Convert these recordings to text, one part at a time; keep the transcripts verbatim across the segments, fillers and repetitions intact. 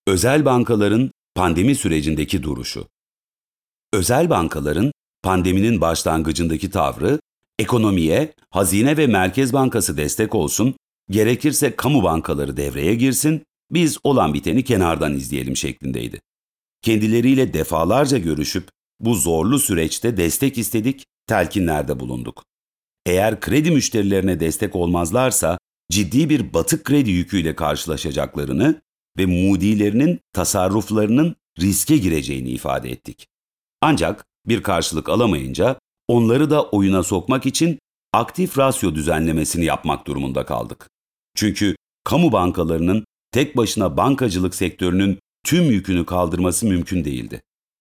Özel bankaların pandemi sürecindeki duruşu. Özel bankaların pandeminin başlangıcındaki tavrı, ekonomiye Hazine ve Merkez Bankası destek olsun, gerekirse kamu bankaları devreye girsin, biz olan biteni kenardan izleyelim şeklindeydi. Kendileriyle defalarca görüşüp bu zorlu süreçte destek istedik, telkinlerde bulunduk. Eğer kredi müşterilerine destek olmazlarsa ciddi bir batık kredi yüküyle karşılaşacaklarını ve mudilerinin tasarruflarının riske gireceğini ifade ettik. Ancak bir karşılık alamayınca onları da oyuna sokmak için aktif rasyo düzenlemesini yapmak durumunda kaldık. Çünkü kamu bankalarının tek başına bankacılık sektörünün tüm yükünü kaldırması mümkün değildi.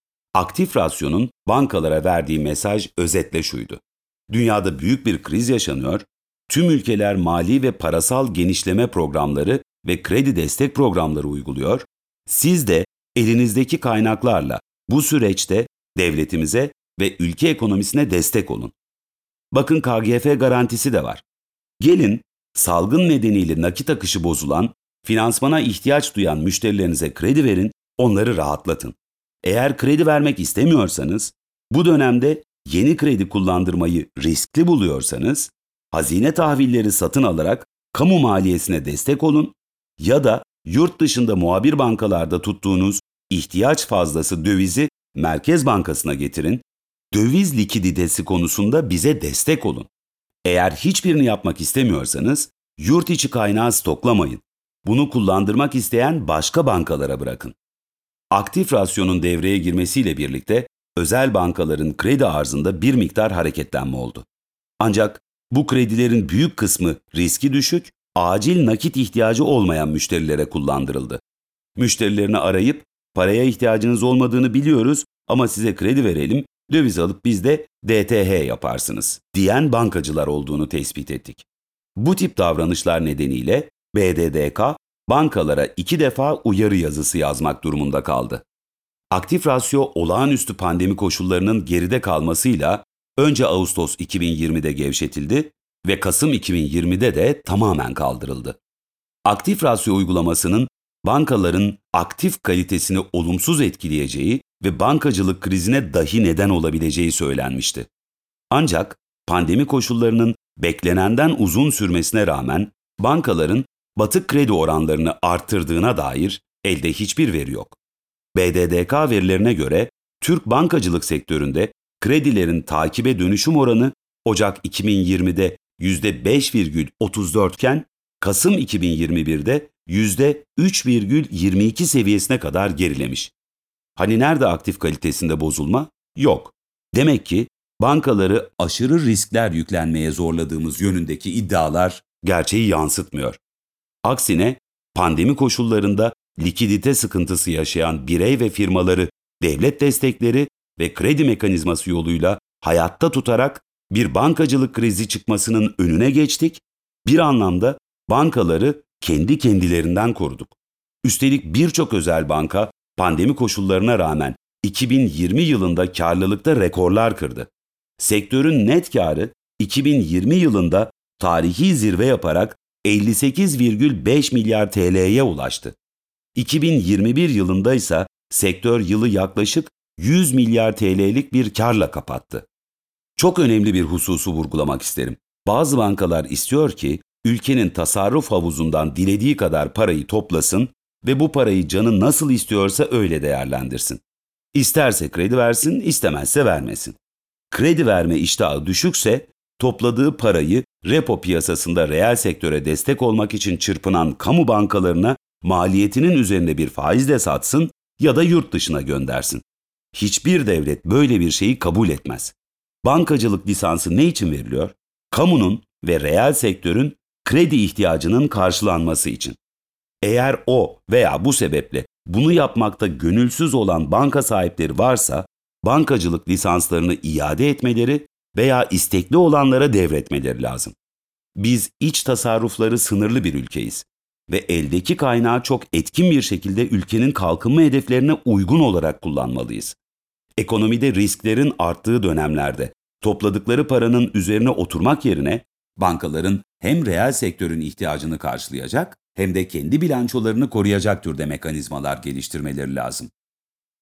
Aktif rasyonun bankalara verdiği mesaj özetle şuydu: dünyada büyük bir kriz yaşanıyor, tüm ülkeler mali ve parasal genişleme programları ve kredi destek programları uyguluyor, siz de elinizdeki kaynaklarla bu süreçte devletimize ve ülke ekonomisine destek olun. Bakın K G F garantisi de var. Gelin, salgın nedeniyle nakit akışı bozulan, finansmana ihtiyaç duyan müşterilerinize kredi verin, onları rahatlatın. Eğer kredi vermek istemiyorsanız, bu dönemde yeni kredi kullandırmayı riskli buluyorsanız, hazine tahvilleri satın alarak kamu maliyesine destek olun ya da yurt dışında muhabir bankalarda tuttuğunuz ihtiyaç fazlası dövizi Merkez Bankası'na getirin, döviz likiditesi konusunda bize destek olun. Eğer hiçbirini yapmak istemiyorsanız, yurt içi kaynağı stoklamayın. Bunu kullandırmak isteyen başka bankalara bırakın. Aktif rasyonun devreye girmesiyle birlikte özel bankaların kredi arzında bir miktar hareketlenme oldu. Ancak bu kredilerin büyük kısmı riski düşük, acil nakit ihtiyacı olmayan müşterilere kullandırıldı. Müşterilerini arayıp paraya ihtiyacınız olmadığını biliyoruz ama size kredi verelim, döviz alıp bizde D T H yaparsınız diyen bankacılar olduğunu tespit ettik. Bu tip davranışlar nedeniyle B D D K bankalara iki defa uyarı yazısı yazmak durumunda kaldı. Aktif rasyo olağanüstü pandemi koşullarının geride kalmasıyla önce Ağustos iki bin yirmide gevşetildi ve Kasım iki bin yirmide de tamamen kaldırıldı. Aktif rasyo uygulamasının bankaların aktif kalitesini olumsuz etkileyeceği ve bankacılık krizine dahi neden olabileceği söylenmişti. Ancak pandemi koşullarının beklenenden uzun sürmesine rağmen bankaların batık kredi oranlarını arttırdığına dair elde hiçbir veri yok. B D D K verilerine göre Türk bankacılık sektöründe kredilerin takibe dönüşüm oranı Ocak iki bin yirmide yüzde beş virgül otuz dört iken Kasım iki bin yirmi birde yüzde üç virgül yirmi iki seviyesine kadar gerilemiş. Hani nerede aktif kalitesinde bozulma? Yok. Demek ki bankaları aşırı riskler yüklenmeye zorladığımız yönündeki iddialar gerçeği yansıtmıyor. Aksine pandemi koşullarında likidite sıkıntısı yaşayan birey ve firmaları devlet destekleri ve kredi mekanizması yoluyla hayatta tutarak bir bankacılık krizi çıkmasının önüne geçtik, bir anlamda bankaları kendi kendilerinden koruduk. Üstelik birçok özel banka pandemi koşullarına rağmen iki bin yirmi yılında karlılıkta rekorlar kırdı. Sektörün net karı iki bin yirmi yılında tarihi zirve yaparak elli sekiz virgül beş milyar T L'ye ulaştı. iki bin yirmi bir yılında ise sektör yılı yaklaşık yüz milyar T L'lik bir karla kapattı. Çok önemli bir hususu vurgulamak isterim. Bazı bankalar istiyor ki ülkenin tasarruf havuzundan dilediği kadar parayı toplasın ve bu parayı canı nasıl istiyorsa öyle değerlendirsin. İsterse kredi versin, istemezse vermesin. Kredi verme iştahı düşükse topladığı parayı repo piyasasında reel sektöre destek olmak için çırpınan kamu bankalarına maliyetinin üzerinde bir faizle satsın ya da yurt dışına göndersin. Hiçbir devlet böyle bir şeyi kabul etmez. Bankacılık lisansı ne için veriliyor? Kamunun ve reel sektörün kredi ihtiyacının karşılanması için. Eğer o veya bu sebeple bunu yapmakta gönülsüz olan banka sahipleri varsa, bankacılık lisanslarını iade etmeleri veya istekli olanlara devretmeleri lazım. Biz iç tasarrufları sınırlı bir ülkeyiz ve eldeki kaynağı çok etkin bir şekilde ülkenin kalkınma hedeflerine uygun olarak kullanmalıyız. Ekonomide risklerin arttığı dönemlerde topladıkları paranın üzerine oturmak yerine Bankaların hem reel sektörün ihtiyacını karşılayacak hem de kendi bilançolarını koruyacak türde mekanizmalar geliştirmeleri lazım.